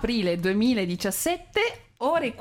aprile 2017, ore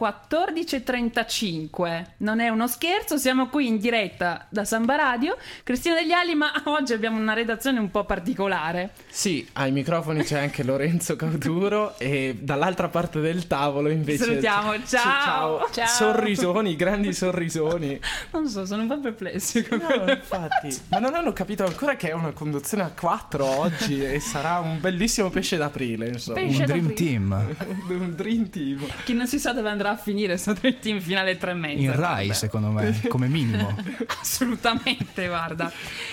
14:35. Non è uno scherzo, siamo qui in diretta da Samba Radio, Cristina Degli Ali, ma oggi abbiamo una redazione un po' particolare. Sì, ai microfoni c'è anche Lorenzo Cauduro e dall'altra parte del tavolo invece... Salutiamo, ciao! Ciao! Sorrisoni, grandi sorrisoni. Non so, sono un po' perplessi. No, infatti, ma non hanno capito ancora che è una conduzione a 4 oggi e sarà un bellissimo pesce d'aprile, insomma. Pesce Un dream d'aprile. team. Un dream team. Che non si sa dove andrà a finire sto Dream Team finale 3:30. In Rai, vabbè. secondo me, come minimo. Assolutamente, guarda.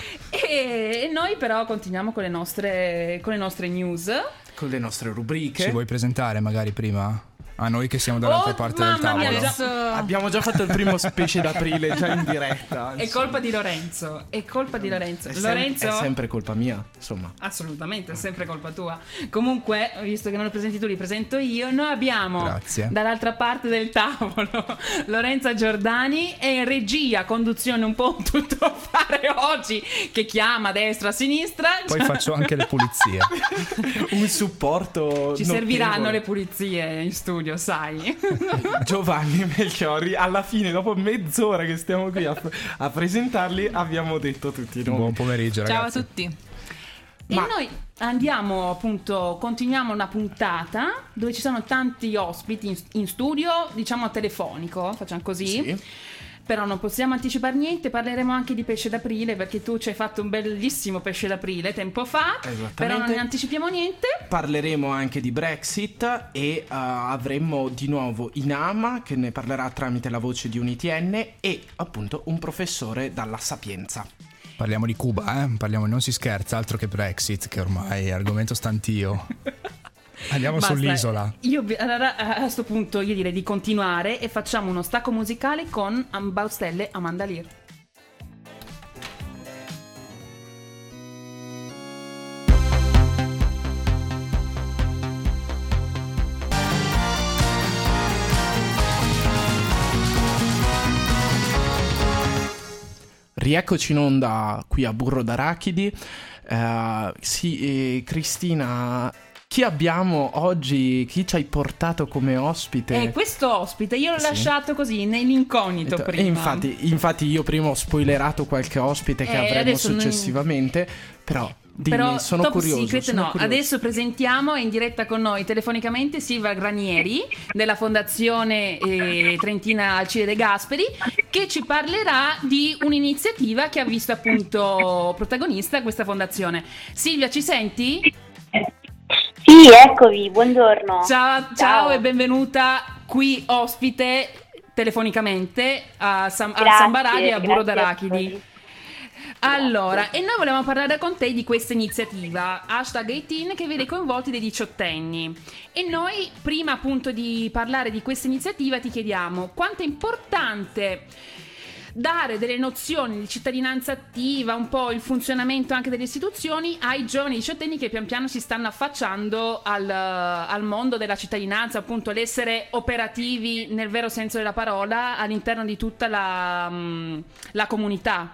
E noi però continuiamo con le nostre news. Con le nostre rubriche. Ci vuoi presentare magari prima? A noi che siamo dall'altra parte del mamma mia, tavolo. Abbiamo già fatto il primo pesce d'aprile già in diretta. È colpa di Lorenzo. È colpa di Lorenzo. È Lorenzo sempre colpa mia, insomma. Assolutamente, è sempre colpa tua. Comunque, visto che non lo presenti tu, li presento io. Noi abbiamo Grazie. dall'altra parte del tavolo Lorenza Giordani e in regia, conduzione un po' tutto fare oggi, che chiama a destra a sinistra. Poi faccio anche le pulizie. Un supporto Ci notevole. serviranno le pulizie in studio, sai. Giovanni Melchiori, alla fine, dopo mezz'ora che stiamo qui a presentarli, abbiamo detto tutti i nomi. Buon pomeriggio, Ciao ragazzi. a tutti. E noi andiamo appunto, continuiamo una puntata dove ci sono tanti ospiti in studio, diciamo a telefonico, facciamo così. Sì. Però non possiamo anticipare niente, parleremo anche di pesce d'aprile perché tu ci hai fatto un bellissimo pesce d'aprile tempo fa, Esattamente. però non ne anticipiamo niente. Parleremo anche di Brexit e avremo di nuovo Inama che ne parlerà tramite la voce di un ITN e appunto un professore dalla Sapienza. Parliamo di Cuba, non si scherza, altro che Brexit, che ormai è argomento stantio. Andiamo Basta. sull'isola. Allora, a questo punto io direi di continuare e facciamo uno stacco musicale con Baustelle Amanda Lear. Rieccoci in onda qui a Burro d'Arachidi. Cristina, chi abbiamo oggi? Chi ci hai portato come ospite? Questo ospite io l'ho Sì. lasciato così nell'incognito prima. E infatti io prima ho spoilerato qualche ospite che avremo adesso successivamente, però dimmi, Però sono Top curioso. Secret sono no. curioso. Adesso presentiamo in diretta con noi telefonicamente Silvia Granieri della Fondazione Trentina Alcide De Gasperi, che ci parlerà di un'iniziativa che ha visto appunto protagonista questa fondazione. Silvia, ci senti? Sì, eccovi, buongiorno. Ciao e benvenuta qui ospite telefonicamente a Grazie, Samba Radio e a Burro grazie a d'Arachidi. voi. Allora, e noi volevamo parlare con te di questa iniziativa #18 che vede coinvolti dei diciottenni. E noi, prima appunto di parlare di questa iniziativa, ti chiediamo quanto è importante dare delle nozioni di cittadinanza attiva, un po' il funzionamento anche delle istituzioni ai giovani diciottenni che pian piano si stanno affacciando al mondo della cittadinanza, appunto l'essere operativi nel vero senso della parola all'interno di tutta la comunità.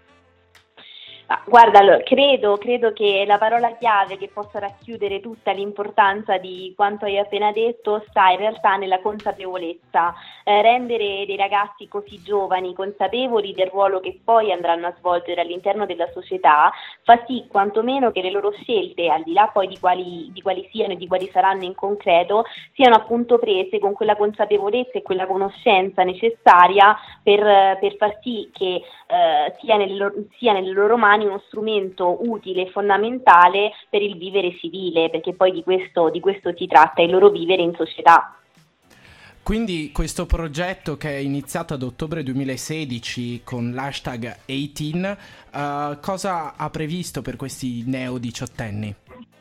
Guarda, allora, credo che la parola chiave che possa racchiudere tutta l'importanza di quanto hai appena detto sta in realtà nella consapevolezza. Rendere dei ragazzi così giovani consapevoli del ruolo che poi andranno a svolgere all'interno della società fa sì quantomeno che le loro scelte, al di là poi di quali siano e di quali saranno in concreto, siano appunto prese con quella consapevolezza e quella conoscenza necessaria per far sì che sia nelle loro mani uno strumento utile e fondamentale per il vivere civile, perché poi di questo si tratta, il loro vivere in società. Quindi questo progetto che è iniziato ad ottobre 2016 con l'hashtag 18, cosa ha previsto per questi neo diciottenni?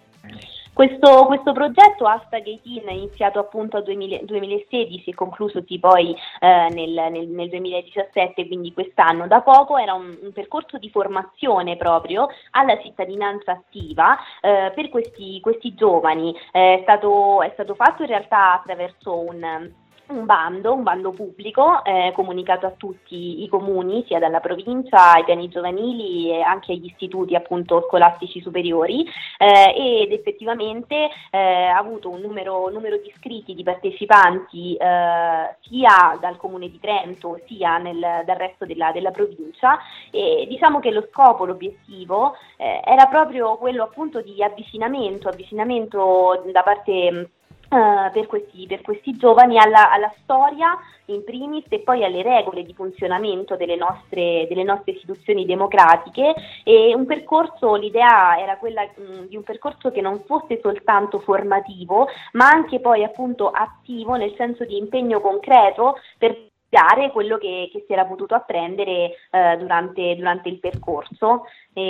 Questo progetto #18 è iniziato appunto nel 2016 e conclusosi poi nel 2017, quindi quest'anno da poco. Era un percorso di formazione proprio alla cittadinanza attiva per questi giovani. È stato fatto in realtà attraverso un bando pubblico comunicato a tutti i comuni, sia dalla provincia ai piani giovanili e anche agli istituti appunto scolastici superiori, ed effettivamente ha avuto un numero di iscritti, di partecipanti sia dal comune di Trento sia dal resto della provincia, e diciamo che lo scopo, l'obiettivo era proprio quello appunto di avvicinamento da parte per questi giovani alla storia in primis e poi alle regole di funzionamento delle nostre istituzioni democratiche, e l'idea era quella di un percorso che non fosse soltanto formativo ma anche poi appunto attivo, nel senso di impegno concreto per dare quello che si era potuto apprendere durante il percorso.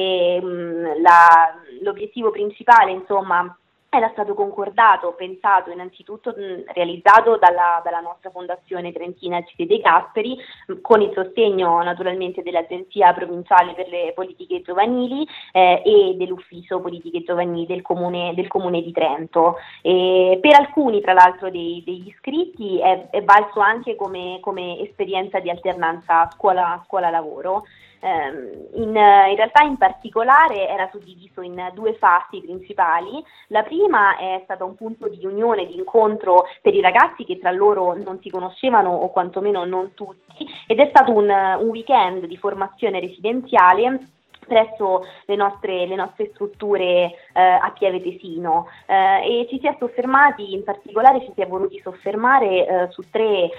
L'obiettivo principale, insomma, era stato concordato, pensato innanzitutto, realizzato dalla nostra Fondazione Trentina Alcide De Gasperi, con il sostegno naturalmente dell'Agenzia Provinciale per le Politiche Giovanili e dell'Ufficio Politiche Giovanili del Comune di Trento. Per alcuni, tra l'altro, degli iscritti è valso anche come esperienza di alternanza scuola-lavoro. In realtà in particolare era suddiviso in 2 fasi principali. La prima è stata un punto di unione, di incontro per i ragazzi che tra loro non si conoscevano, o quantomeno non tutti, ed è stato un weekend di formazione residenziale presso le nostre strutture a Pieve Tesino, e ci si è soffermati, in particolare ci si è voluti soffermare su tre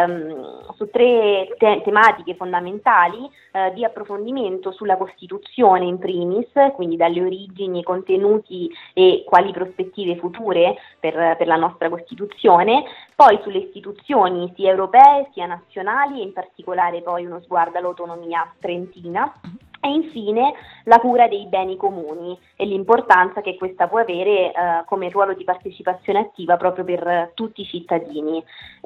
tematiche fondamentali di approfondimento: sulla Costituzione in primis, quindi dalle origini, contenuti e quali prospettive future per la nostra Costituzione, poi sulle istituzioni sia europee sia nazionali, e in particolare poi uno sguardo all'autonomia trentina, e infine la cura dei beni comuni e l'importanza che questa può avere come ruolo di partecipazione attiva proprio per tutti i cittadini.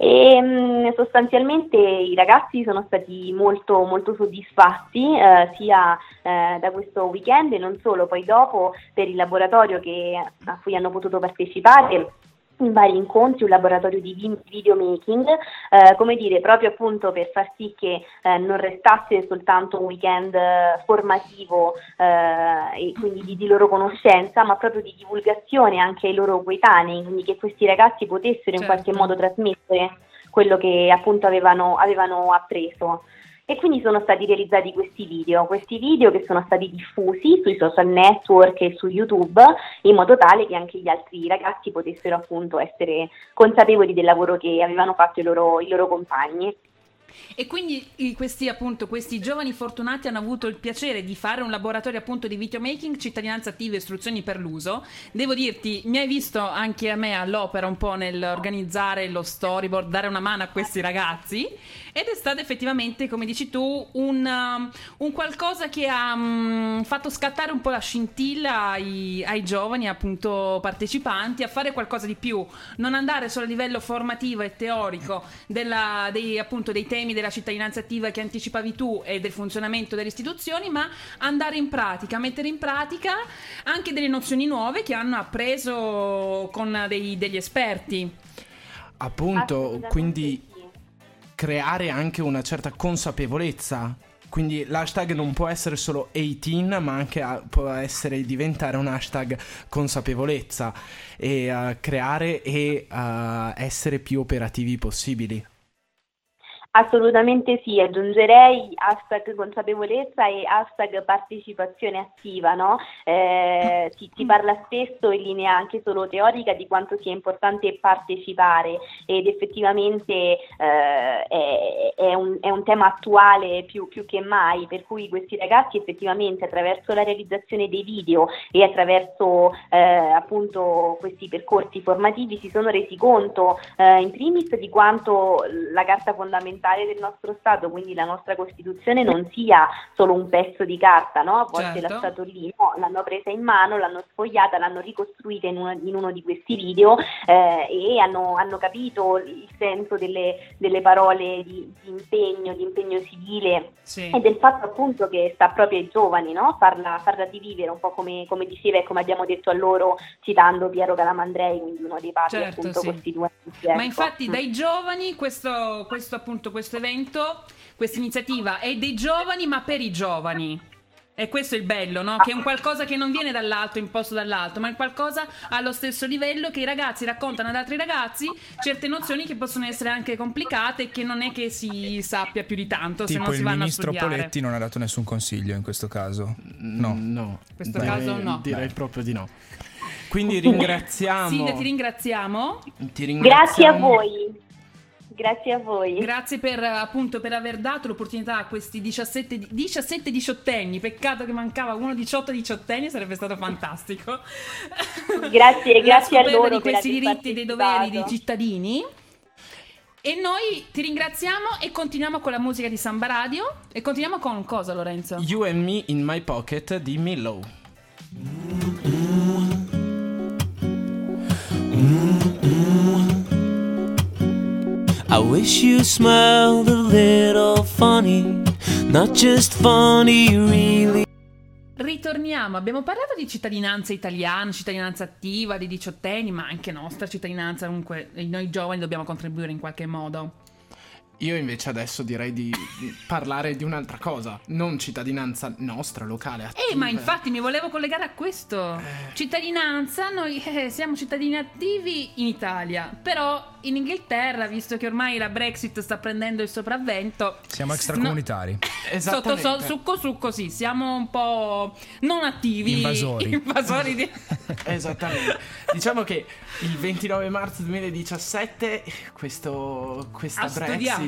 E sostanzialmente i ragazzi sono stati molto, molto soddisfatti sia da questo weekend e non solo, poi dopo per il laboratorio a cui hanno potuto partecipare in vari incontri, un laboratorio di videomaking, come dire, proprio appunto per far sì che non restasse soltanto un weekend formativo e quindi di loro conoscenza, ma proprio di divulgazione anche ai loro coetanei, quindi che questi ragazzi potessero in qualche modo trasmettere quello che appunto avevano appreso. E quindi sono stati realizzati questi video che sono stati diffusi sui social network e su YouTube, in modo tale che anche gli altri ragazzi potessero appunto essere consapevoli del lavoro che avevano fatto i loro compagni. E quindi questi giovani fortunati hanno avuto il piacere di fare un laboratorio appunto di videomaking, cittadinanza attiva e istruzioni per l'uso. Devo dirti, mi hai visto anche a me all'opera un po' nell'organizzare lo storyboard, dare una mano a questi ragazzi, ed è stato effettivamente, come dici tu, un qualcosa che ha fatto scattare un po' la scintilla ai giovani appunto partecipanti a fare qualcosa di più, non andare solo a livello formativo e teorico dei temi della cittadinanza attiva che anticipavi tu e del funzionamento delle istituzioni, ma andare in pratica, mettere in pratica anche delle nozioni nuove che hanno appreso con degli esperti. Appunto, quindi creare anche una certa consapevolezza. Quindi l'hashtag non può essere solo 18, ma anche può diventare un hashtag consapevolezza e creare e essere più operativi possibili. Assolutamente sì, aggiungerei hashtag consapevolezza e hashtag partecipazione attiva, no? Si parla spesso in linea anche solo teorica di quanto sia importante partecipare, ed effettivamente è un tema attuale più che mai, per cui questi ragazzi effettivamente attraverso la realizzazione dei video e attraverso appunto questi percorsi formativi si sono resi conto in primis di quanto la Carta fondamentale fondamentale del nostro Stato, quindi la nostra Costituzione, non sia solo un pezzo di carta, no? A volte lasciato lì, no, l'hanno presa in mano, l'hanno sfogliata, l'hanno ricostruita in uno di questi video e hanno capito il senso delle parole di impegno civile, sì, e del fatto appunto che sta proprio ai giovani, no? Farla rivivere un po' come diceva e come abbiamo detto a loro, citando Piero Calamandrei, quindi uno dei padri, certo, appunto, sì, costituenti. Ecco. Ma infatti dai giovani questo evento, questa iniziativa è dei giovani ma per i giovani. E questo è il bello, no? Che è un qualcosa che non viene dall'alto, imposto dall'alto, ma è qualcosa allo stesso livello, che i ragazzi raccontano ad altri ragazzi certe nozioni che possono essere anche complicate e che non è che si sappia più di tanto, se non si vanno a studiare. Il ministro Poletti non ha dato nessun consiglio in questo caso. No. In questo caso no. Direi proprio di no. Quindi ringraziamo. Silvia, ti ringraziamo. Grazie a voi. Grazie a voi. Grazie per aver dato l'opportunità a questi 17-18enni. Peccato che mancava uno 18-18enni, sarebbe stato fantastico. Grazie a loro di questi diritti e dei doveri dei cittadini. E noi ti ringraziamo e continuiamo con la musica di Samba Radio. E continuiamo con cosa, Lorenzo? You and Me in My Pocket di Millow. I wish you smiled a little funny, not just funny, really. Ritorniamo, abbiamo parlato di cittadinanza italiana, cittadinanza attiva, di diciottenni, ma anche nostra cittadinanza, comunque noi giovani dobbiamo contribuire in qualche modo. Io invece adesso direi di parlare di un'altra cosa, non cittadinanza nostra, locale, attiva. Ma infatti mi volevo collegare a questo. Cittadinanza, noi siamo cittadini attivi in Italia, però in Inghilterra, visto che ormai la Brexit sta prendendo il sopravvento, siamo extracomunitari. Sotto succo, sì, siamo un po' non attivi. Invasori di... Esattamente. Diciamo che il 29 marzo 2017 questa Brexit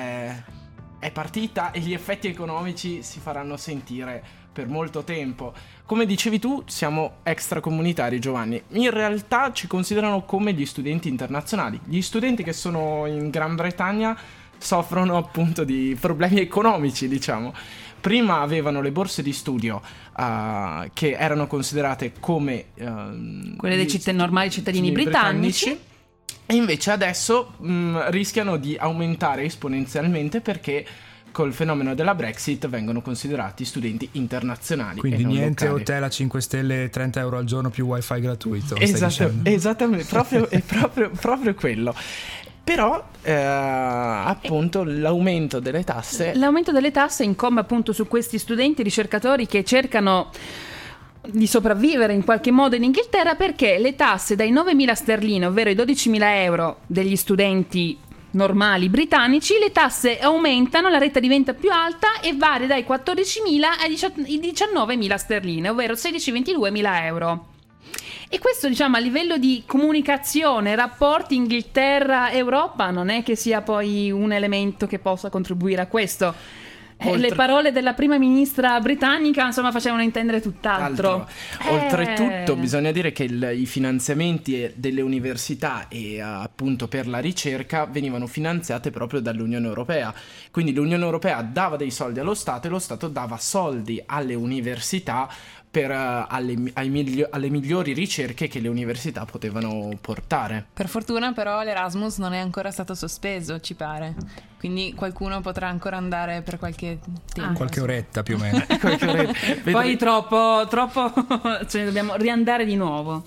è partita e gli effetti economici si faranno sentire per molto tempo. Come dicevi tu, siamo extracomunitari, Giovanni. In realtà ci considerano come gli studenti internazionali. Gli studenti che sono in Gran Bretagna soffrono appunto di problemi economici, diciamo. Prima avevano le borse di studio che erano considerate come quelle dei normali cittadini britannici. E invece adesso rischiano di aumentare esponenzialmente perché col fenomeno della Brexit vengono considerati studenti internazionali. Quindi e non niente locali. Hotel a 5 stelle, 30 euro al giorno più wifi gratuito. Esattamente, è proprio quello. Però appunto l'aumento delle tasse incombe appunto su questi studenti ricercatori che cercano di sopravvivere in qualche modo in Inghilterra, perché le tasse dai 9.000 sterline, ovvero i 12.000 euro degli studenti normali britannici, le tasse aumentano, la retta diventa più alta e varia dai 14.000 ai 19.000 sterline, ovvero 16-22.000 euro. E questo, diciamo, a livello di comunicazione, rapporti Inghilterra-Europa, non è che sia poi un elemento che possa contribuire a questo. Le parole della prima ministra britannica, insomma, facevano intendere tutt'altro. Oltretutto bisogna dire che i finanziamenti delle università e appunto per la ricerca venivano finanziate proprio dall'Unione Europea. Quindi l'Unione Europea dava dei soldi allo Stato e lo Stato dava soldi alle università per alle migliori ricerche che le università potevano portare. Per fortuna però l'Erasmus non è ancora stato sospeso, ci pare. Quindi qualcuno potrà ancora andare per qualche tempo. Qualche oretta più o meno. Poi troppo ce ne dobbiamo riandare di nuovo.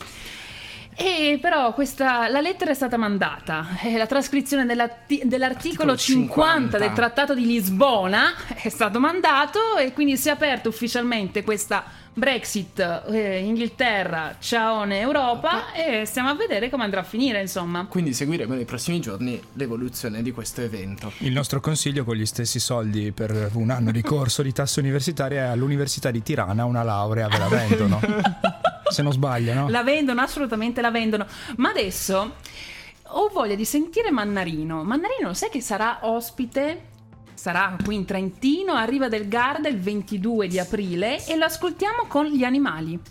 E però la lettera è stata mandata, la trascrizione dell'articolo 50 del Trattato di Lisbona è stato mandato e quindi si è aperta ufficialmente questa Brexit, Inghilterra, ciaone Europa, e stiamo a vedere come andrà a finire, insomma. Quindi seguiremo nei prossimi giorni l'evoluzione di questo evento. Il nostro consiglio, con gli stessi soldi per un anno di corso di tasse universitarie, è all'Università di Tirana una laurea ve la vendono. Se non sbaglio, no? La vendono, assolutamente la vendono. Ma adesso ho voglia di sentire Mannarino. Mannarino, sai che sarà ospite? Sarà qui in Trentino, arriva del Garda il 22 di aprile e lo ascoltiamo con Gli animali.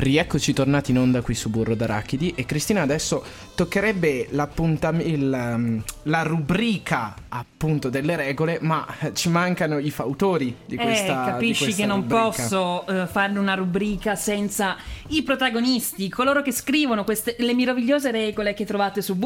Rieccoci tornati in onda qui su Burro d'Arachidi e Cristina adesso toccherebbe la rubrica appunto delle regole, ma ci mancano i fautori di questa capisci di questa che non rubrica. posso fare una rubrica senza i protagonisti, coloro che scrivono le meravigliose regole che trovate su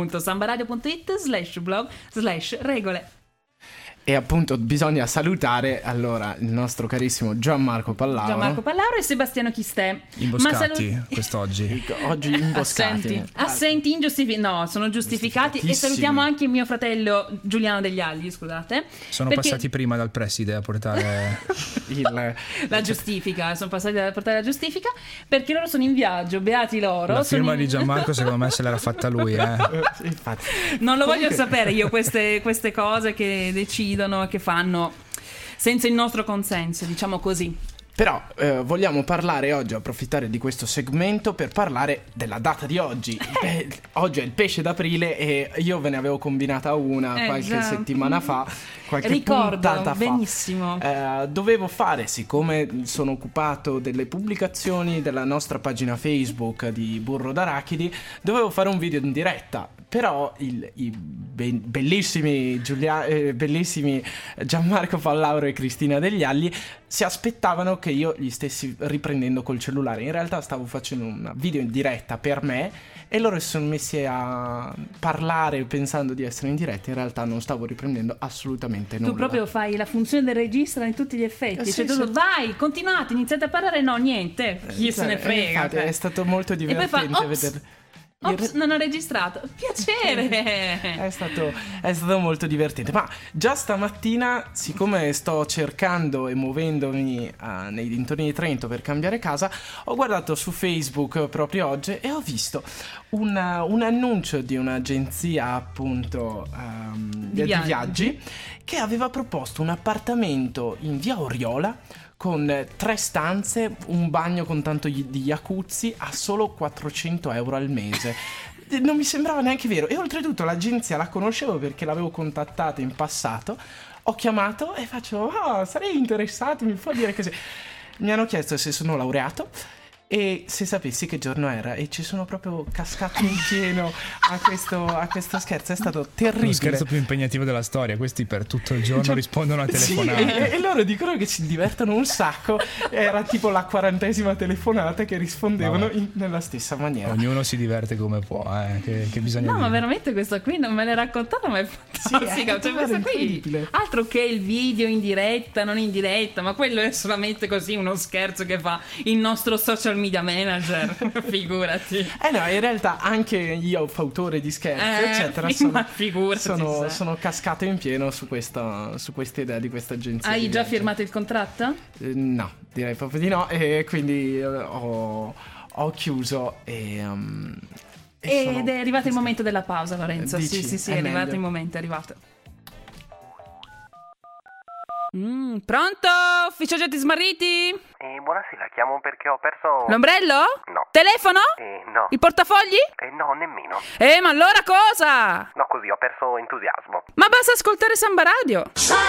www.sambaradio.it/blog/regole. E appunto bisogna salutare allora il nostro carissimo Gianmarco Pallauro e Sebastiano Chistè. Imboscati quest'oggi. Oggi imboscati. Assenti ingiustificati. No, sono giustificati. E salutiamo anche il mio fratello Giuliano Degli Agli, scusate. Sono passati prima dal preside a portare la giustifica. Sono passati a portare la giustifica perché loro sono in viaggio, beati loro. La firma di Gianmarco secondo me se l'era fatta lui, Infatti. Non lo voglio sapere io queste cose che decidono, che fanno senza il nostro consenso, diciamo così. Però vogliamo parlare oggi, approfittare di questo segmento per parlare della data di oggi. Oggi è il pesce d'aprile e io ve ne avevo combinata una qualche settimana fa, qualche puntata fa. Benissimo. Dovevo fare, siccome sono occupato delle pubblicazioni della nostra pagina Facebook di Burro d'Arachidi, dovevo fare un video in diretta. Però i bellissimi Gianmarco Pallauro e Cristina Degli Agli si aspettavano che io gli stessi riprendendo col cellulare. In realtà stavo facendo un video in diretta per me e loro si sono messi a parlare pensando di essere in diretta. In realtà non stavo riprendendo assolutamente nulla. Tu proprio fai la funzione del regista in tutti gli effetti. Sì, cioè, vai, continuate, iniziate a parlare. No, niente, chi se ne frega. Infatti, è stato molto divertente vedere. Ops, non ho registrato. Piacere. È stato molto divertente. Ma già stamattina, siccome sto cercando e muovendomi nei dintorni di Trento per cambiare casa, ho guardato su Facebook proprio oggi e ho visto un annuncio di un'agenzia appunto di viaggi che aveva proposto un appartamento in via Oriola con 3 stanze, un bagno con tanto di jacuzzi a solo 400 euro al mese. Non mi sembrava neanche vero. E oltretutto l'agenzia la conoscevo perché l'avevo contattata in passato. Ho chiamato e faccio: sarei interessato, mi può dire che sì. Mi hanno chiesto se sono laureato e se sapessi che giorno era, e ci sono proprio cascato in pieno a questo scherzo. È stato terribile. Lo scherzo più impegnativo della storia. Questi per tutto il giorno rispondono a telefonate. E loro dicono che si divertono un sacco. Era tipo la 40ª telefonata che rispondevano nella stessa maniera. Ognuno si diverte come può, che bisogna dire. Ma veramente questa qui non me l'hai raccontata, ma è fantastica. Cioè, questa qui, altro che il video in diretta, non in diretta, ma quello è solamente così uno scherzo che fa il nostro social media manager. Figurati. No, in realtà anche io, fautore di scherzi eccetera, sono cascato in pieno su questa idea di questa agenzia. Hai già firmato il contratto? No, direi proprio di no. E quindi ho chiuso ed è arrivato il momento della pausa, Lorenzo. Dici, sì, è arrivato il momento, è arrivato. Pronto? Ufficio oggetti smarriti? Buonasera, chiamo perché ho perso... L'ombrello? No. Telefono? No. Il portafogli? No, nemmeno. Ma allora cosa? No, così ho perso entusiasmo. Ma basta ascoltare Samba Radio.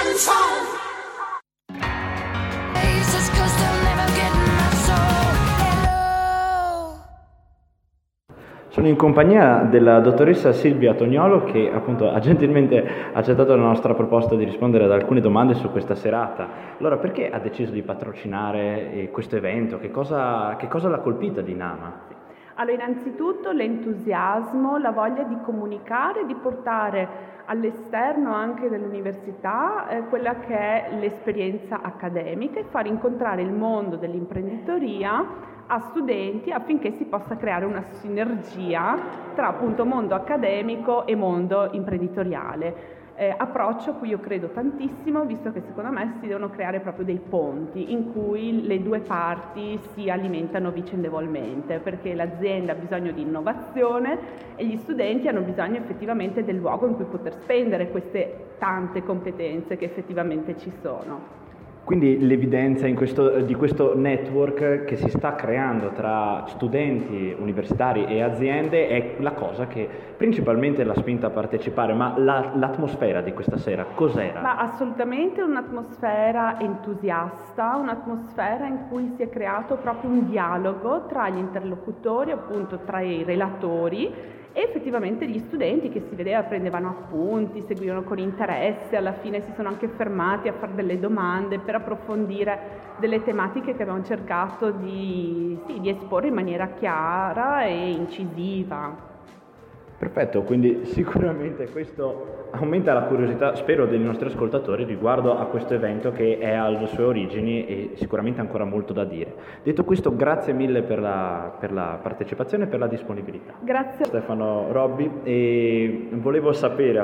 Sono in compagnia della dottoressa Silvia Tognolo che appunto ha gentilmente accettato la nostra proposta di rispondere ad alcune domande su questa serata. Allora, perché ha deciso di patrocinare questo evento? Che cosa l'ha colpita di Nama? Allora, innanzitutto l'entusiasmo, la voglia di comunicare, di portare all'esterno anche dell'università quella che è l'esperienza accademica e far incontrare il mondo dell'imprenditoria a studenti affinché si possa creare una sinergia tra appunto mondo accademico e mondo imprenditoriale. Approccio a cui io credo tantissimo, visto che secondo me si devono creare proprio dei ponti in cui le due parti si alimentano vicendevolmente, perché l'azienda ha bisogno di innovazione e gli studenti hanno bisogno effettivamente del luogo in cui poter spendere queste tante competenze che effettivamente ci sono. Quindi l'evidenza di questo network che si sta creando tra studenti universitari e aziende è la cosa che principalmente l'ha spinta a partecipare, ma l'atmosfera di questa sera cos'era? Ma assolutamente un'atmosfera entusiasta, un'atmosfera in cui si è creato proprio un dialogo tra gli interlocutori, appunto tra i relatori e effettivamente gli studenti, che si vedeva prendevano appunti, seguivano con interesse, alla fine si sono anche fermati a fare delle domande per approfondire delle tematiche che abbiamo cercato di esporre in maniera chiara e incisiva. Perfetto, quindi sicuramente questo aumenta la curiosità, spero, dei nostri ascoltatori riguardo a questo evento che è alle sue origini e sicuramente ancora molto da dire. Detto questo, grazie mille per la partecipazione e per la disponibilità. Grazie. Stefano Robbi, e volevamo sapere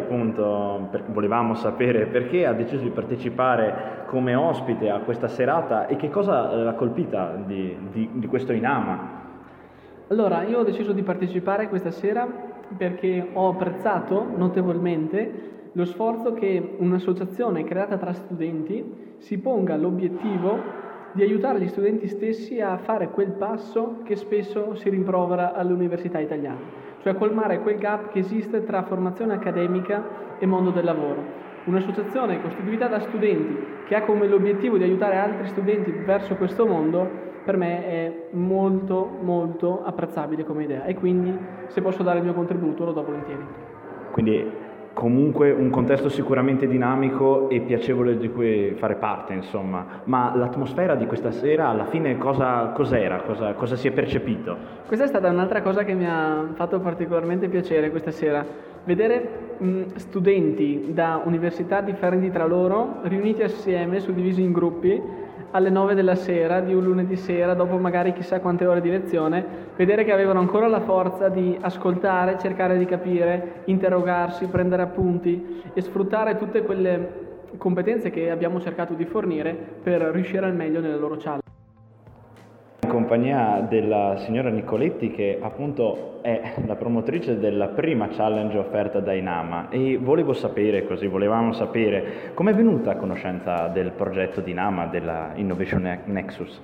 perché ha deciso di partecipare come ospite a questa serata e che cosa l'ha colpita di questo INAMA. Allora, io ho deciso di partecipare questa sera perché ho apprezzato notevolmente lo sforzo che un'associazione creata tra studenti si ponga l'obiettivo di aiutare gli studenti stessi a fare quel passo che spesso si rimprovera all'università italiana, cioè colmare quel gap che esiste tra formazione accademica e mondo del lavoro. Un'associazione costituita da studenti che ha come l'obiettivo di aiutare altri studenti verso questo mondo, per me è molto molto apprezzabile come idea, e quindi se posso dare il mio contributo lo do volentieri. Quindi comunque un contesto sicuramente dinamico e piacevole di cui fare parte, insomma. Ma l'atmosfera di questa sera alla fine cos'era? Cosa si è percepito? Questa è stata un'altra cosa che mi ha fatto particolarmente piacere questa sera, vedere studenti da università differenti tra loro riuniti assieme, suddivisi in gruppi alle 9 della sera di un lunedì sera, dopo magari chissà quante ore di lezione, vedere che avevano ancora la forza di ascoltare, cercare di capire, interrogarsi, prendere appunti e sfruttare tutte quelle competenze che abbiamo cercato di fornire per riuscire al meglio nelle loro challenge. In compagnia della signora Nicoletti, che appunto è la promotrice della prima challenge offerta da INAMA, e volevamo sapere come è venuta a conoscenza del progetto di INAMA, della Innovation Nexus.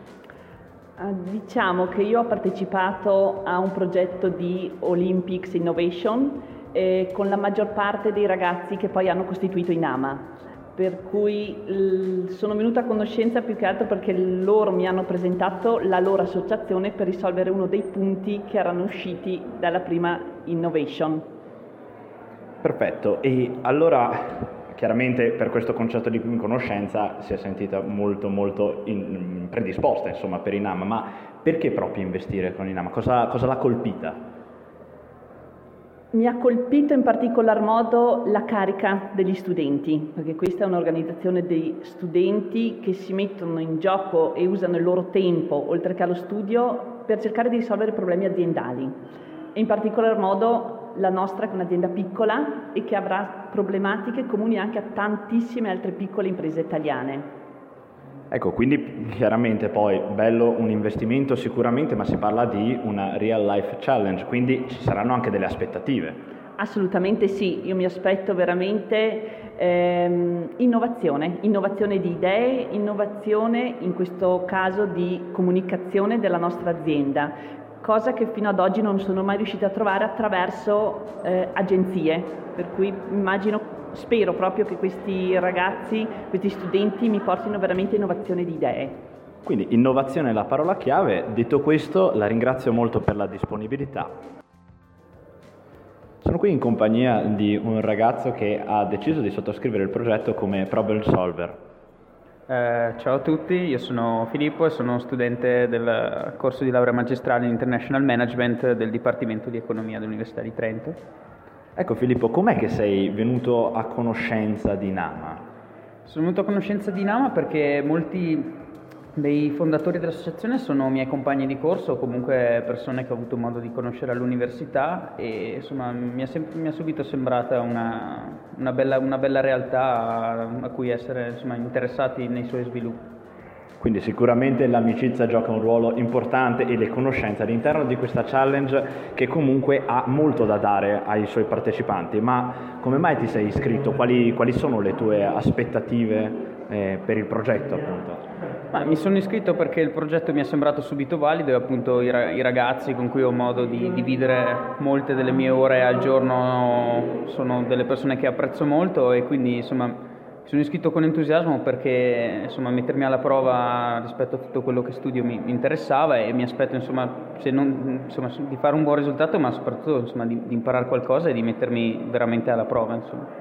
Diciamo che io ho partecipato a un progetto di Olympics Innovation con la maggior parte dei ragazzi che poi hanno costituito INAMA. Per cui sono venuta a conoscenza più che altro perché loro mi hanno presentato la loro associazione per risolvere uno dei punti che erano usciti dalla prima Innovation. Perfetto, e allora chiaramente per questo concetto di conoscenza si è sentita molto predisposta, insomma, per INAMA, ma perché proprio investire con INAMA? Cosa l'ha colpita? Mi ha colpito in particolar modo la carica degli studenti, perché questa è un'organizzazione dei studenti che si mettono in gioco e usano il loro tempo, oltre che allo studio, per cercare di risolvere problemi aziendali. E in particolar modo la nostra, che è un'azienda piccola e che avrà problematiche comuni anche a tantissime altre piccole imprese italiane. Ecco, quindi chiaramente poi bello un investimento sicuramente, ma si parla di una real life challenge, quindi ci saranno anche delle aspettative. Assolutamente sì, io mi aspetto veramente innovazione di idee, innovazione in questo caso di comunicazione della nostra azienda, cosa che fino ad oggi non sono mai riuscita a trovare attraverso agenzie, per cui spero proprio che questi ragazzi, questi studenti mi portino veramente innovazione di idee. Quindi innovazione è la parola chiave. Detto questo, la ringrazio molto per la disponibilità. Sono qui in compagnia di un ragazzo che ha deciso di sottoscrivere il progetto come problem solver. Ciao a tutti, io sono Filippo e sono studente del corso di laurea magistrale in International Management del Dipartimento di Economia dell'Università di Trento. Ecco Filippo, com'è che sei venuto a conoscenza di INAMA? Sono venuto a conoscenza di INAMA perché molti dei fondatori dell'associazione sono miei compagni di corso o comunque persone che ho avuto modo di conoscere all'università e insomma mi è subito sembrata una bella realtà a cui essere interessati nei suoi sviluppi. Quindi sicuramente l'amicizia gioca un ruolo importante e le conoscenze all'interno di questa challenge che comunque ha molto da dare ai suoi partecipanti. Ma come mai ti sei iscritto? Quali sono le tue aspettative per il progetto, appunto? Mi sono iscritto perché il progetto mi è sembrato subito valido e appunto i ragazzi con cui ho modo di dividere molte delle mie ore al giorno sono delle persone che apprezzo molto, e quindi insomma mi sono iscritto con entusiasmo perché insomma mettermi alla prova rispetto a tutto quello che studio mi interessava, e mi aspetto di fare un buon risultato, ma soprattutto insomma di imparare qualcosa e di mettermi veramente alla prova, insomma.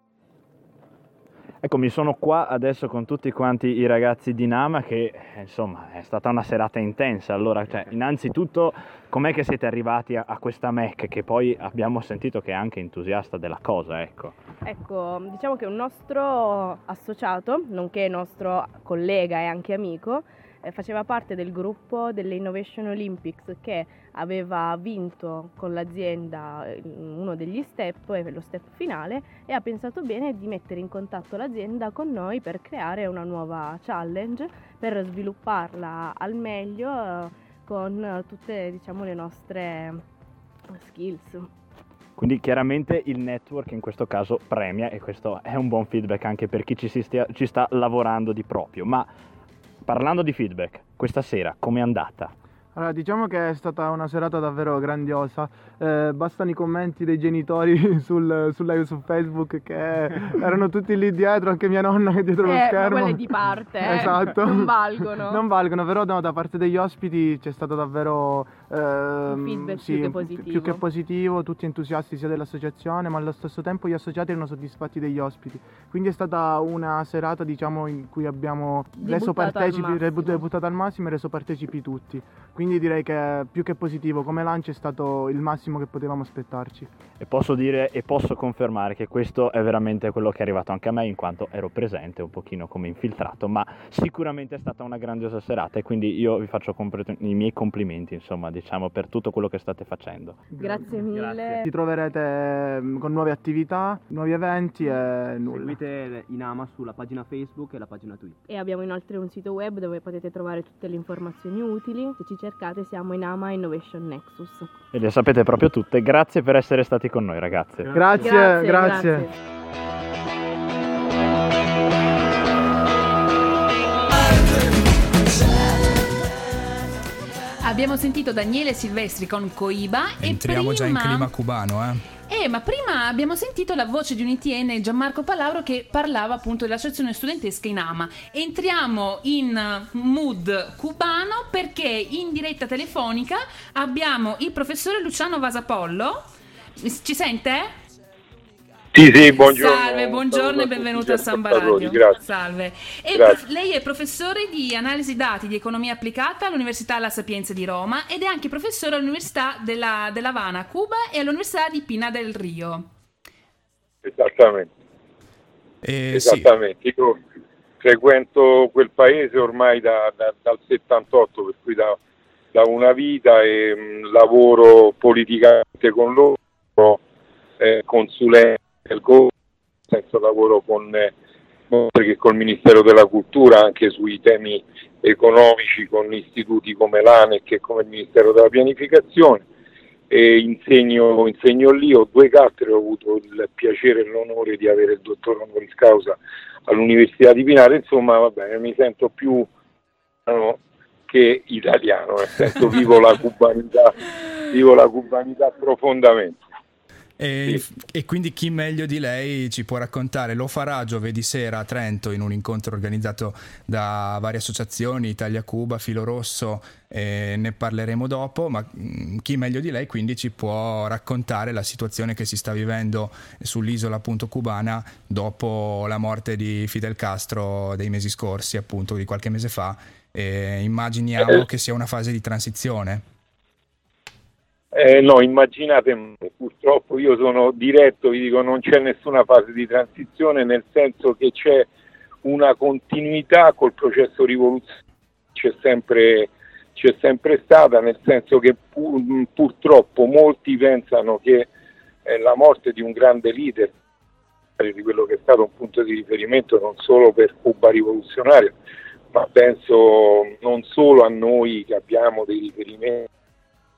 Ecco, mi sono qua adesso con tutti quanti i ragazzi di Nama, che insomma è stata una serata intensa. Allora, innanzitutto, com'è che siete arrivati a questa MEC, che poi abbiamo sentito che è anche entusiasta della cosa, ecco? Ecco, diciamo che un nostro associato, nonché nostro collega e anche amico, faceva parte del gruppo delle Innovation Olympics, che aveva vinto con l'azienda uno degli step, lo step finale, e ha pensato bene di mettere in contatto l'azienda con noi per creare una nuova challenge, per svilupparla al meglio con tutte, diciamo, le nostre skills. Quindi chiaramente il network in questo caso premia, e questo è un buon feedback anche per chi ci sta lavorando di proprio. Ma parlando di feedback, questa sera com'è andata? Allora, diciamo che è stata una serata davvero grandiosa, bastano i commenti dei genitori su Facebook, che erano tutti lì dietro, anche mia nonna che è dietro lo schermo. Quelle di parte, esatto. Non valgono. Non valgono, però no, da parte degli ospiti c'è stato davvero un feedback più che positivo, tutti entusiasti sia dell'associazione, ma allo stesso tempo gli associati erano soddisfatti degli ospiti. Quindi è stata una serata, diciamo, in cui abbiamo debuttato al massimo e reso partecipi tutti. Quindi direi che più che positivo, come lancio è stato il massimo che potevamo aspettarci. E posso dire e posso confermare che questo è veramente quello che è arrivato anche a me, in quanto ero presente un pochino come infiltrato, ma sicuramente è stata una grandiosa serata, e quindi io vi faccio i miei complimenti, insomma, diciamo, per tutto quello che state facendo. Grazie mille. Grazie. Ci troverete con nuove attività, nuovi eventi e nulla. Seguite Inama sulla pagina Facebook e la pagina Twitter. E abbiamo inoltre un sito web dove potete trovare tutte le informazioni utili. Se ci cercate siamo Inama Innovation Nexus. E le sapete proprio tutte. Grazie per essere stati con noi, ragazze. Grazie. Abbiamo sentito Daniele Silvestri con Coiba. Entriamo già in clima cubano, ma prima abbiamo sentito la voce di un ITN, Gianmarco Palauro, che parlava appunto dell'associazione studentesca Inama. Entriamo in mood cubano perché in diretta telefonica abbiamo il professore Luciano Vasapollo. Ci sente? Sì, buongiorno. Salve, buongiorno e benvenuto a Samba Radio. Grazie. Salve. Lei è professore di analisi dati di economia applicata all'Università La Sapienza di Roma ed è anche professore all'Università della Habana, Cuba, e all'Università di Pina del Rio. Esattamente. Esattamente. Sì. Io frequento quel paese ormai dal 78, per cui da una vita, e lavoro politicamente con loro, consulente del governo, nel senso lavoro oltre che col Ministero della Cultura anche sui temi economici con istituti come l'ANEC e come il Ministero della Pianificazione, e insegno lì, ho 2 cattedre, ho avuto il piacere e l'onore di avere il dottor honoris causa all'Università di Pinate. Insomma, va bene, mi sento più che italiano, nel senso vivo la cubanità profondamente. E quindi chi meglio di lei ci può raccontare? Lo farà giovedì sera a Trento in un incontro organizzato da varie associazioni, Italia Cuba, Filo Rosso, ne parleremo dopo, ma chi meglio di lei quindi ci può raccontare la situazione che si sta vivendo sull'isola appunto cubana dopo la morte di Fidel Castro dei mesi scorsi, appunto di qualche mese fa. Immaginiamo che sia una fase di transizione. No, immaginate, purtroppo io sono diretto, vi dico, non c'è nessuna fase di transizione, nel senso che c'è una continuità col processo rivoluzionario, c'è sempre stata, nel senso che purtroppo molti pensano che la morte di un grande leader, di quello che è stato un punto di riferimento non solo per Cuba rivoluzionaria, ma penso non solo a noi che abbiamo dei riferimenti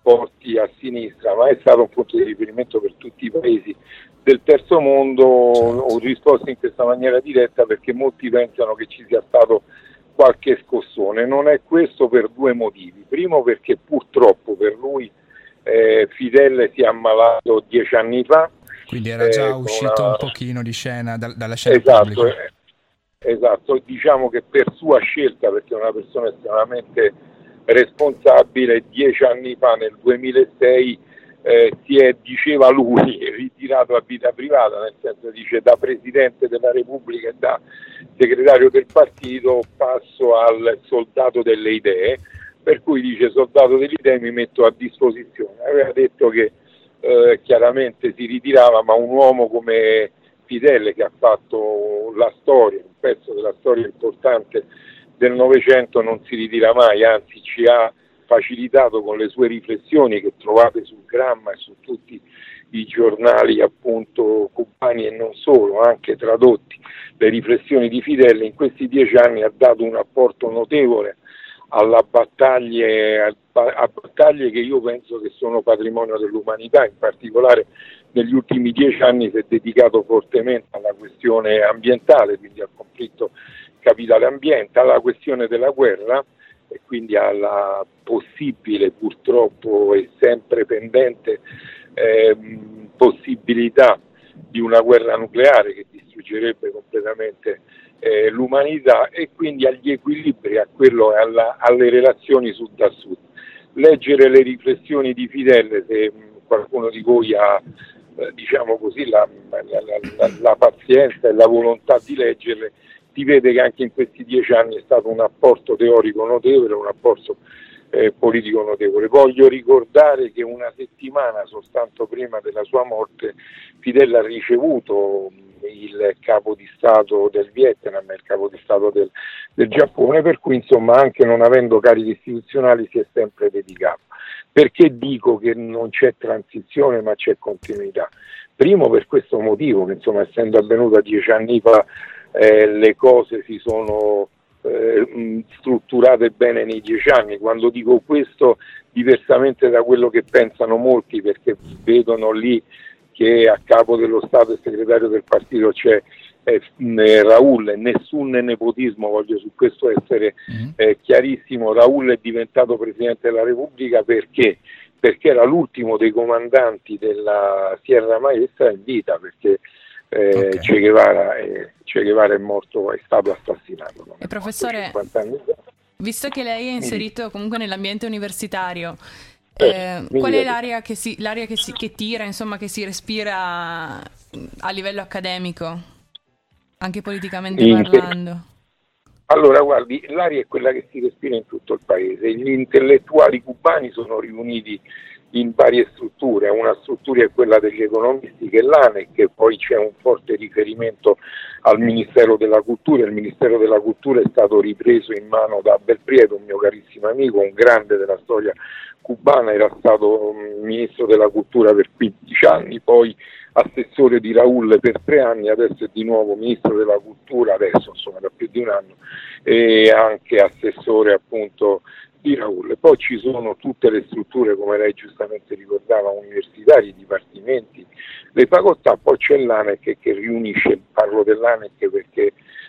rapporti a sinistra, ma è stato un punto di riferimento per tutti i paesi del terzo mondo. Ho risposto in questa maniera diretta perché molti pensano che ci sia stato qualche scossone. Non è questo per due motivi. Primo, perché purtroppo per lui Fidel si è ammalato 10 anni fa. Quindi era già uscito un pochino di scena dalla scena pubblica. Esatto, diciamo che per sua scelta, perché è una persona estremamente responsabile, 10 anni fa, nel 2006, si è, diceva lui, ritirato a vita privata, nel senso, dice, da Presidente della Repubblica e da segretario del partito passo al soldato delle idee, per cui dice: soldato delle idee, mi metto a disposizione. Aveva detto che chiaramente si ritirava, ma un uomo come Fidel, che ha fatto la storia, un pezzo della storia importante del Novecento, non si ritira mai, anzi ci ha facilitato con le sue riflessioni, che trovate sul Gramma e su tutti i giornali appunto cubani e non solo, anche tradotti, le riflessioni di Fidel. In questi 10 anni ha dato un apporto notevole a battaglie che io penso che sono patrimonio dell'umanità. In particolare negli ultimi 10 anni si è dedicato fortemente alla questione ambientale, quindi al conflitto capitale-ambiente, alla questione della guerra e quindi alla possibile, purtroppo e sempre pendente, possibilità di una guerra nucleare che distruggerebbe completamente l'umanità, e quindi agli equilibri, a quello e alle relazioni sud a sud. Leggere le riflessioni di Fidel, se qualcuno di voi ha diciamo così la pazienza e la volontà di leggerle, si vede che anche in questi 10 anni è stato un apporto teorico notevole, un apporto politico notevole. Voglio ricordare che una settimana soltanto prima della sua morte Fidel ha ricevuto il capo di Stato del Vietnam e il capo di Stato del Giappone, per cui insomma, anche non avendo cariche istituzionali, si è sempre dedicato. Perché dico che non c'è transizione ma c'è continuità? Primo, per questo motivo, che insomma, essendo avvenuta 10 anni fa, le cose si sono strutturate bene nei 10 anni. Quando dico questo, diversamente da quello che pensano molti, perché vedono lì che a capo dello Stato e segretario del partito c'è Raul, nessun nepotismo, voglio su questo essere chiarissimo. Raul è diventato Presidente della Repubblica perché era l'ultimo dei comandanti della Sierra Maestra in vita, perché Che Guevara è morto, è stato assassinato. E professore, visto che lei è inserito comunque nell'ambiente universitario, qual è l'aria che tira, insomma, che si respira a livello accademico, anche politicamente parlando? Allora, guardi, l'aria è quella che si respira in tutto il paese. Gli intellettuali cubani sono riuniti in varie strutture. Una struttura è quella degli economisti, che è l'ANEC, e poi c'è un forte riferimento al Ministero della Cultura. Il Ministero della Cultura è stato ripreso in mano da Belprieto, un mio carissimo amico, un grande della storia cubana. Era stato Ministro della Cultura per 15 anni, poi assessore di Raul per 3 anni, adesso è di nuovo Ministro della Cultura, adesso insomma da più di un anno, e anche assessore appunto di Raul. Poi ci sono tutte le strutture, come lei giustamente ricordava, universitari, dipartimenti, le facoltà. Poi c'è l'ANEC che riunisce, parlo dell'ANEC perché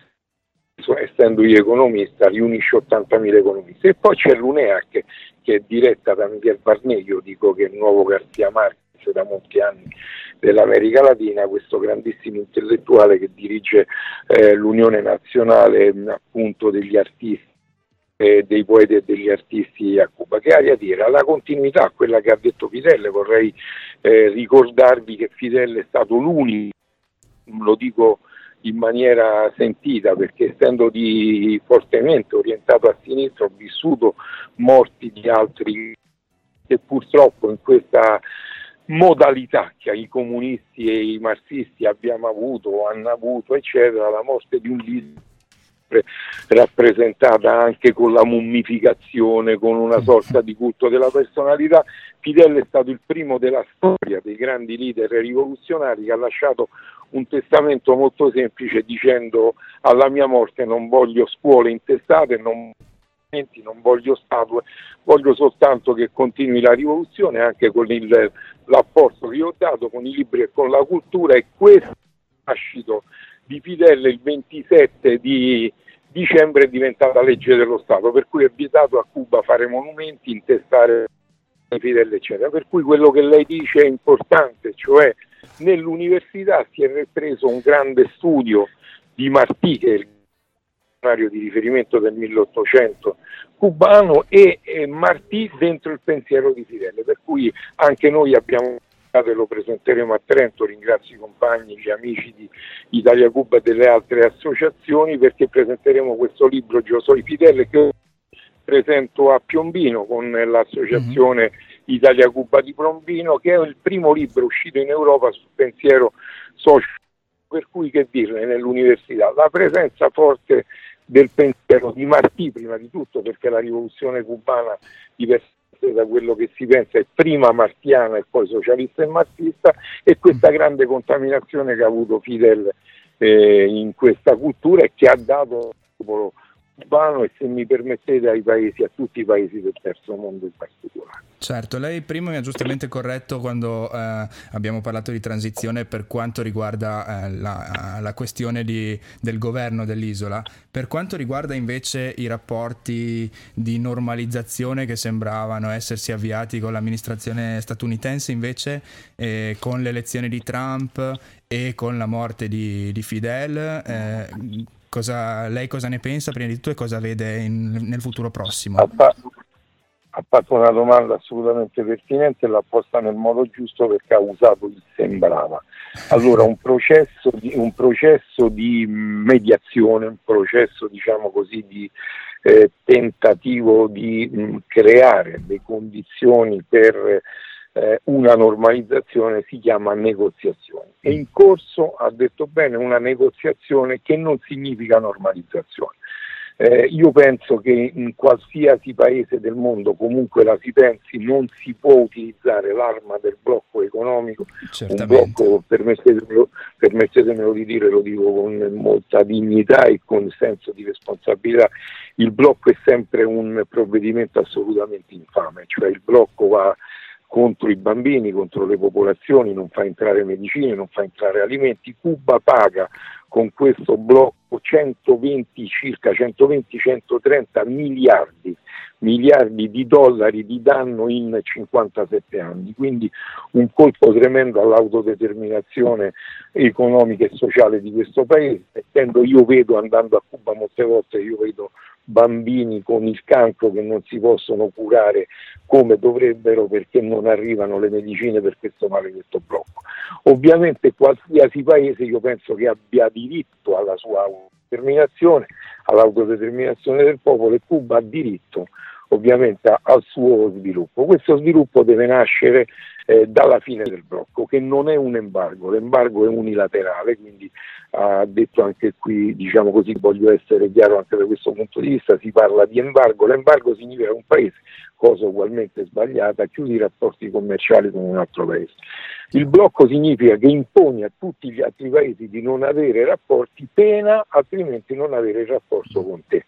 essendo io economista riunisce 80.000 economisti, e poi c'è l'UNEAC che è diretta da Miguel Barnier. Io dico che è il nuovo García Márquez da molti anni dell'America Latina, questo grandissimo intellettuale che dirige l'Unione Nazionale appunto degli artisti, dei poeti e degli artisti a Cuba. Che aria tira? La continuità, quella che ha detto Fidel. Vorrei ricordarvi che Fidel è stato l'unico, lo dico in maniera sentita perché essendo fortemente orientato a sinistra, ho vissuto morti di altri, e purtroppo in questa modalità che i comunisti e i marxisti abbiamo avuto o hanno avuto, eccetera, la morte di un leader rappresentata anche con la mummificazione, con una sorta di culto della personalità. Fidel è stato il primo della storia dei grandi leader rivoluzionari che ha lasciato un testamento molto semplice, dicendo: alla mia morte non voglio scuole intestate, non non voglio statue, voglio soltanto che continui la rivoluzione anche con l'apporto che io ho dato, con i libri e con la cultura, e questo nascito di Fidel il 27 di dicembre è diventata legge dello Stato, per cui è vietato a Cuba fare monumenti, intestare Fidel, eccetera. Per cui quello che lei dice è importante, cioè nell'università si è ripreso un grande studio di Martí, che è il dizionario di riferimento del 1800 cubano, e Martí dentro il pensiero di Fidel, per cui anche noi abbiamo, e lo presenteremo a Trento, ringrazio i compagni, gli amici di Italia Cuba e delle altre associazioni, perché presenteremo questo libro Yo Soy Fidel, che presento a Piombino con l'associazione Italia Cuba di Piombino, che è il primo libro uscito in Europa sul pensiero sociale, per cui che dirne nell'università, la presenza forte del pensiero di Martí prima di tutto, perché la rivoluzione cubana, diversamente da quello che si pensa, è prima martiana e poi socialista e marxista, e questa grande contaminazione che ha avuto Fidel in questa cultura e che ha dato al popolo cubano e, se mi permettete, ai paesi, a tutti i paesi del terzo mondo in particolare. Certo, lei prima mi ha giustamente corretto quando abbiamo parlato di transizione per quanto riguarda la questione del governo dell'isola. Per quanto riguarda invece i rapporti di normalizzazione che sembravano essersi avviati con l'amministrazione statunitense, invece con le elezioni di Trump e con la morte di Fidel, lei cosa ne pensa prima di tutto e cosa vede nel futuro prossimo? Ha fatto una domanda assolutamente pertinente e l'ha posta nel modo giusto, perché ha usato il sembrava. Allora, un processo di mediazione, un processo, diciamo così, di tentativo di creare le condizioni per una normalizzazione si chiama negoziazione. È in corso, ha detto bene, una negoziazione che non significa normalizzazione. Io penso che in qualsiasi paese del mondo, comunque la si pensi, non si può utilizzare l'arma del blocco economico. Certamente. Un blocco, permettetemelo di dire, lo dico con molta dignità e con senso di responsabilità, il blocco è sempre un provvedimento assolutamente infame, cioè il blocco va contro i bambini, contro le popolazioni, non fa entrare medicine, non fa entrare alimenti. Cuba paga con questo blocco circa 120-130 miliardi di dollari di danno in 57 anni, quindi un colpo tremendo all'autodeterminazione economica e sociale di questo paese. Io vedo, andando a Cuba molte volte, io vedo bambini con il cancro che non si possono curare come dovrebbero perché non arrivano le medicine per questo maledetto blocco. Ovviamente qualsiasi paese, io penso che abbia diritto alla sua autodeterminazione, all'autodeterminazione del popolo, e Cuba ha diritto ovviamente al suo sviluppo. Questo sviluppo deve nascere dalla fine del blocco, che non è un embargo, l'embargo è unilaterale, quindi ha detto anche qui, diciamo così, voglio essere chiaro anche da questo punto di vista, si parla di embargo. L'embargo significa che un paese, cosa ugualmente sbagliata, chiude i rapporti commerciali con un altro paese. Il blocco significa che impone a tutti gli altri paesi di non avere rapporti, pena altrimenti non avere il rapporto con te.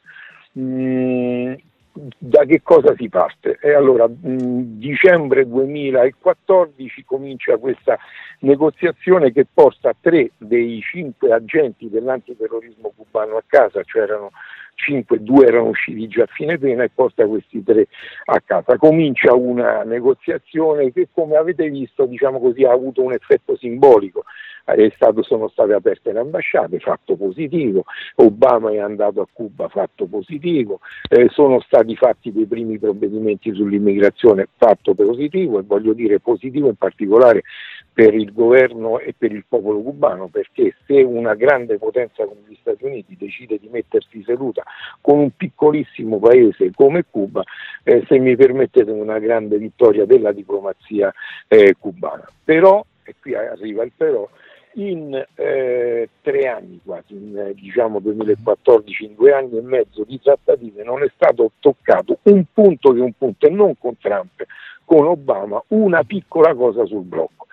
Da che cosa si parte? E allora, dicembre 2014 comincia questa negoziazione che porta 3 dei 5 agenti dell'antiterrorismo cubano a casa, cioè erano 5, 2 erano usciti già a fine pena, e porta questi 3 a casa. Comincia una negoziazione che, come avete visto, diciamo così, ha avuto un effetto simbolico. Sono state aperte le ambasciate, fatto positivo. Obama è andato a Cuba, fatto positivo. Sono stati fatti dei primi provvedimenti sull'immigrazione, fatto positivo, e voglio dire positivo in particolare per il governo e per il popolo cubano, perché se una grande potenza come gli Stati Uniti decide di mettersi seduta con un piccolissimo paese come Cuba, se mi permettete, una grande vittoria della diplomazia cubana. Però, e qui arriva il però, in 3 anni quasi, diciamo 2014, in 2 anni e mezzo di trattative, non è stato toccato un punto, e non con Trump, con Obama, una piccola cosa sul blocco.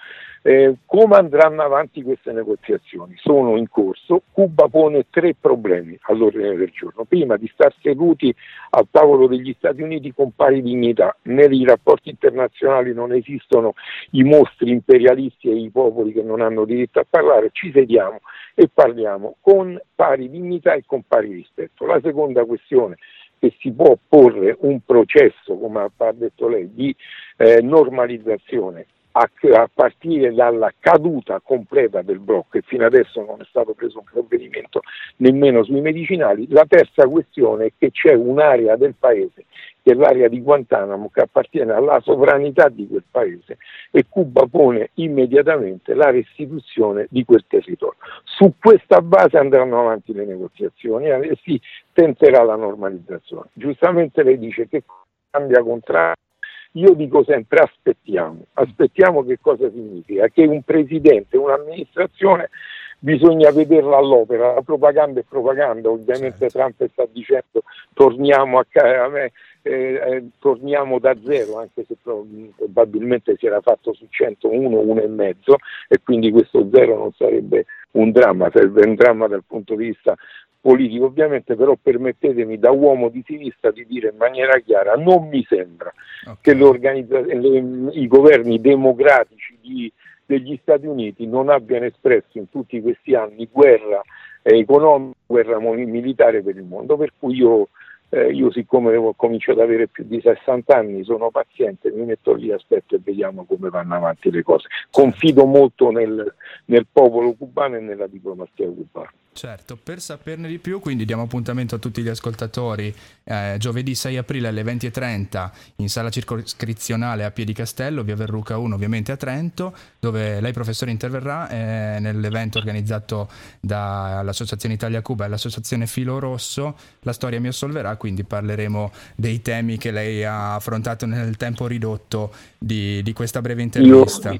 Come andranno avanti queste negoziazioni? Sono in corso. Cuba pone 3 problemi all'ordine del giorno. Prima, di star seduti al tavolo degli Stati Uniti con pari dignità. Nei rapporti internazionali non esistono i mostri imperialisti e i popoli che non hanno diritto a parlare. Ci sediamo e parliamo con pari dignità e con pari rispetto. La seconda questione, che si può porre un processo, come ha detto lei, di normalizzazione a partire dalla caduta completa del blocco, e fino adesso non è stato preso un provvedimento nemmeno sui medicinali. La terza questione è che c'è un'area del paese, che è l'area di Guantanamo, che appartiene alla sovranità di quel paese, e Cuba pone immediatamente la restituzione di quel territorio. Su questa base andranno avanti le negoziazioni e si tenterà la normalizzazione. Giustamente lei dice che cambia contratto. Io dico sempre aspettiamo. Che cosa significa? Che un presidente, un'amministrazione bisogna vederla all'opera. La propaganda è propaganda, ovviamente Trump sta dicendo torniamo torniamo da zero, anche se probabilmente si era fatto su 101, 1,5, e quindi questo zero non sarebbe un dramma, sarebbe un dramma dal punto di vista politico ovviamente, però permettetemi da uomo di sinistra di dire in maniera chiara: non mi sembra che i governi democratici degli Stati Uniti non abbiano espresso in tutti questi anni guerra economica, guerra militare per il mondo, per cui io siccome comincio ad avere più di 60 anni sono paziente, mi metto lì, aspetto e vediamo come vanno avanti le cose. Confido molto nel popolo cubano e nella diplomazia cubana. Certo, per saperne di più quindi diamo appuntamento a tutti gli ascoltatori giovedì 6 aprile alle 20:30 in sala circoscrizionale a Piedicastello, via Verruca 1 ovviamente a Trento, dove lei professore interverrà nell'evento organizzato dall'Associazione Italia-Cuba e l'Associazione Filo Rosso, La storia mi assolverà, quindi parleremo dei temi che lei ha affrontato nel tempo ridotto di questa breve intervista.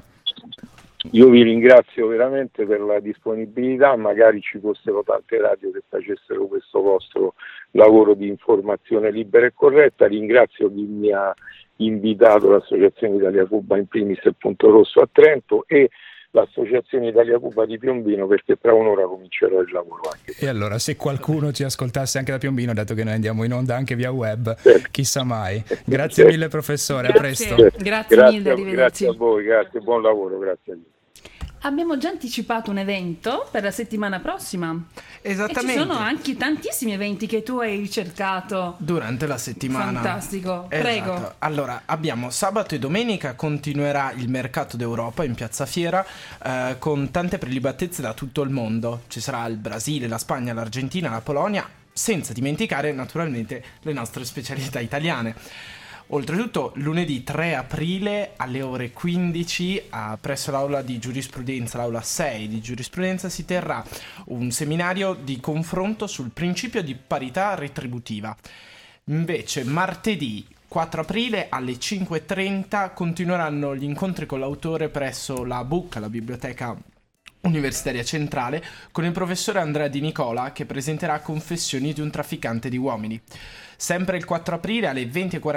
Io vi ringrazio veramente per la disponibilità, magari ci fossero tante radio che facessero questo vostro lavoro di informazione libera e corretta. Ringrazio chi mi ha invitato, l'Associazione Italia-Cuba in primis e Punto Rosso a Trento e l'Associazione Italia-Cuba di Piombino, perché tra un'ora comincerò il lavoro anche. E allora, se qualcuno ci ascoltasse anche da Piombino, dato che noi andiamo in onda anche via web, chissà mai. Grazie mille professore, grazie. A presto. Grazie mille, arrivederci. Grazie a voi, grazie, buon lavoro, grazie a voi. Abbiamo già anticipato un evento per la settimana prossima. Esattamente. E ci sono anche tantissimi eventi che tu hai ricercato durante la settimana. Fantastico, esatto. Prego. Allora, abbiamo sabato e domenica continuerà il mercato d'Europa in Piazza Fiera con tante prelibatezze da tutto il mondo. Ci sarà il Brasile, la Spagna, l'Argentina, la Polonia, senza dimenticare naturalmente le nostre specialità italiane. Oltretutto lunedì 3 aprile alle ore 15 presso l'aula di giurisprudenza, l'aula 6 di giurisprudenza, si terrà un seminario di confronto sul principio di parità retributiva. Invece martedì 4 aprile alle 5:30 continueranno gli incontri con l'autore presso la BUC, la Biblioteca Universitaria Centrale, con il professore Andrea Di Nicola, che presenterà Confessioni di un trafficante di uomini. Sempre il 4 aprile alle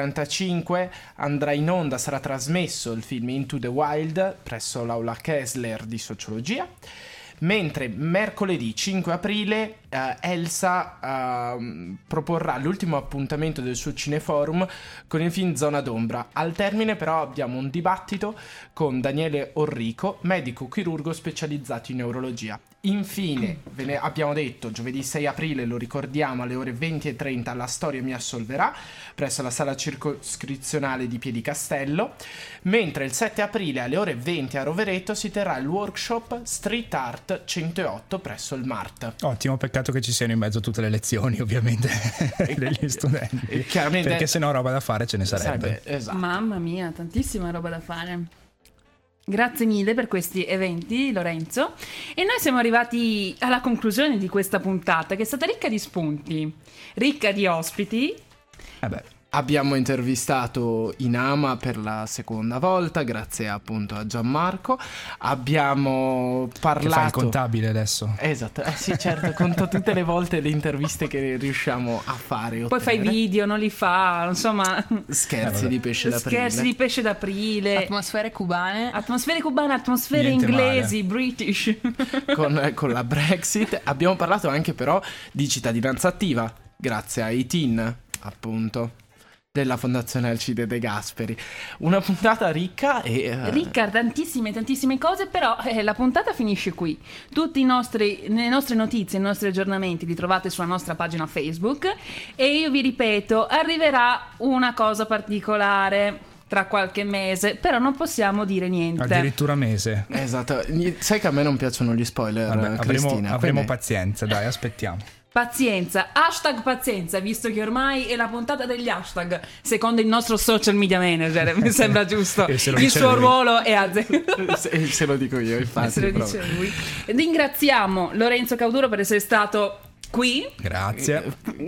20:45 andrà in onda, sarà trasmesso il film Into the Wild presso l'aula Kessler di Sociologia, mentre mercoledì 5 aprile Elsa proporrà l'ultimo appuntamento del suo cineforum con il film Zona d'Ombra. Al termine però abbiamo un dibattito con Daniele Orrico, medico chirurgo specializzato in neurologia. Infine, ve ne abbiamo detto, giovedì 6 aprile, lo ricordiamo, alle ore 20:30 La storia mi assolverà presso la sala circoscrizionale di Piedicastello, mentre il 7 aprile alle ore 20 a Rovereto si terrà il workshop Street Art 108 presso il MART. Ottimo, peccato che ci siano in mezzo tutte le lezioni ovviamente degli studenti, chiaramente, perché se no roba da fare ce ne sarebbe. Esatto. Mamma mia, tantissima roba da fare. Grazie mille per questi eventi, Lorenzo. E noi siamo arrivati alla conclusione di questa puntata, che è stata ricca di spunti, ricca di ospiti. Abbiamo intervistato Inama per la seconda volta, grazie appunto a Gianmarco. Abbiamo parlato... Che fa il contabile adesso. Esatto, sì certo, conto tutte le volte le interviste che riusciamo a fare. Poi fa i video, non li fa, insomma... Scherzi di pesce d'aprile. Scherzi di pesce d'aprile. Atmosfere cubane, atmosfere Niente inglesi, british. Con la Brexit. Abbiamo parlato anche però di cittadinanza attiva, grazie a Itin, appunto, della Fondazione Alcide De Gasperi. Una puntata ricca e... Ricca, tantissime cose, però la puntata finisce qui. Tutte le nostre notizie, i nostri aggiornamenti li trovate sulla nostra pagina Facebook e io vi ripeto, arriverà una cosa particolare tra qualche mese, però non possiamo dire niente. Addirittura mese. Esatto, sai che a me non piacciono gli spoiler. Vabbè, Cristina, avremo pazienza, dai, aspettiamo. Pazienza, hashtag pazienza, visto che ormai è la puntata degli hashtag, secondo il nostro social media manager, mi sembra giusto. Il suo ruolo è a zero. Se lo dico io, infatti. Se lo dice lui. Ringraziamo Lorenzo Cauduro per essere stato qui. Grazie.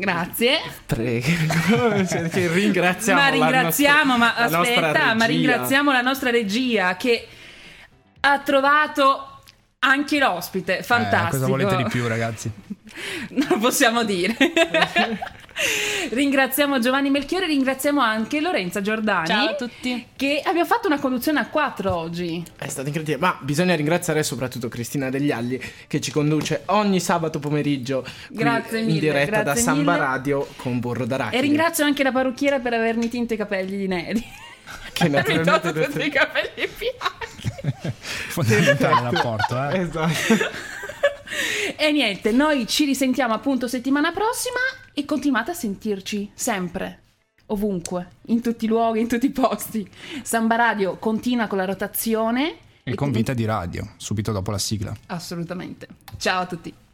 Prego. Ringraziamo la nostra regia che ha trovato anche l'ospite, fantastico. Cosa volete di più, ragazzi? Non lo possiamo dire. Ringraziamo Giovanni Melchiorre, ringraziamo anche Lorenza Giordani. Ciao a tutti. Che abbiamo fatto una conduzione a 4 oggi. È stato incredibile, ma bisogna ringraziare soprattutto Cristina Degli Agli che ci conduce ogni sabato pomeriggio in diretta da Samba Radio con Burro d'Arachidi. E ringrazio anche la parrucchiera per avermi tinto i capelli di neri. Che naturalmente tutti i capelli bianchi. Fondamentale il rapporto, Esatto. E niente, noi ci risentiamo appunto settimana prossima e continuate a sentirci sempre, ovunque, in tutti i luoghi, in tutti i posti. Samba Radio continua con la rotazione e con Vita di Radio, subito dopo la sigla. Assolutamente. Ciao a tutti.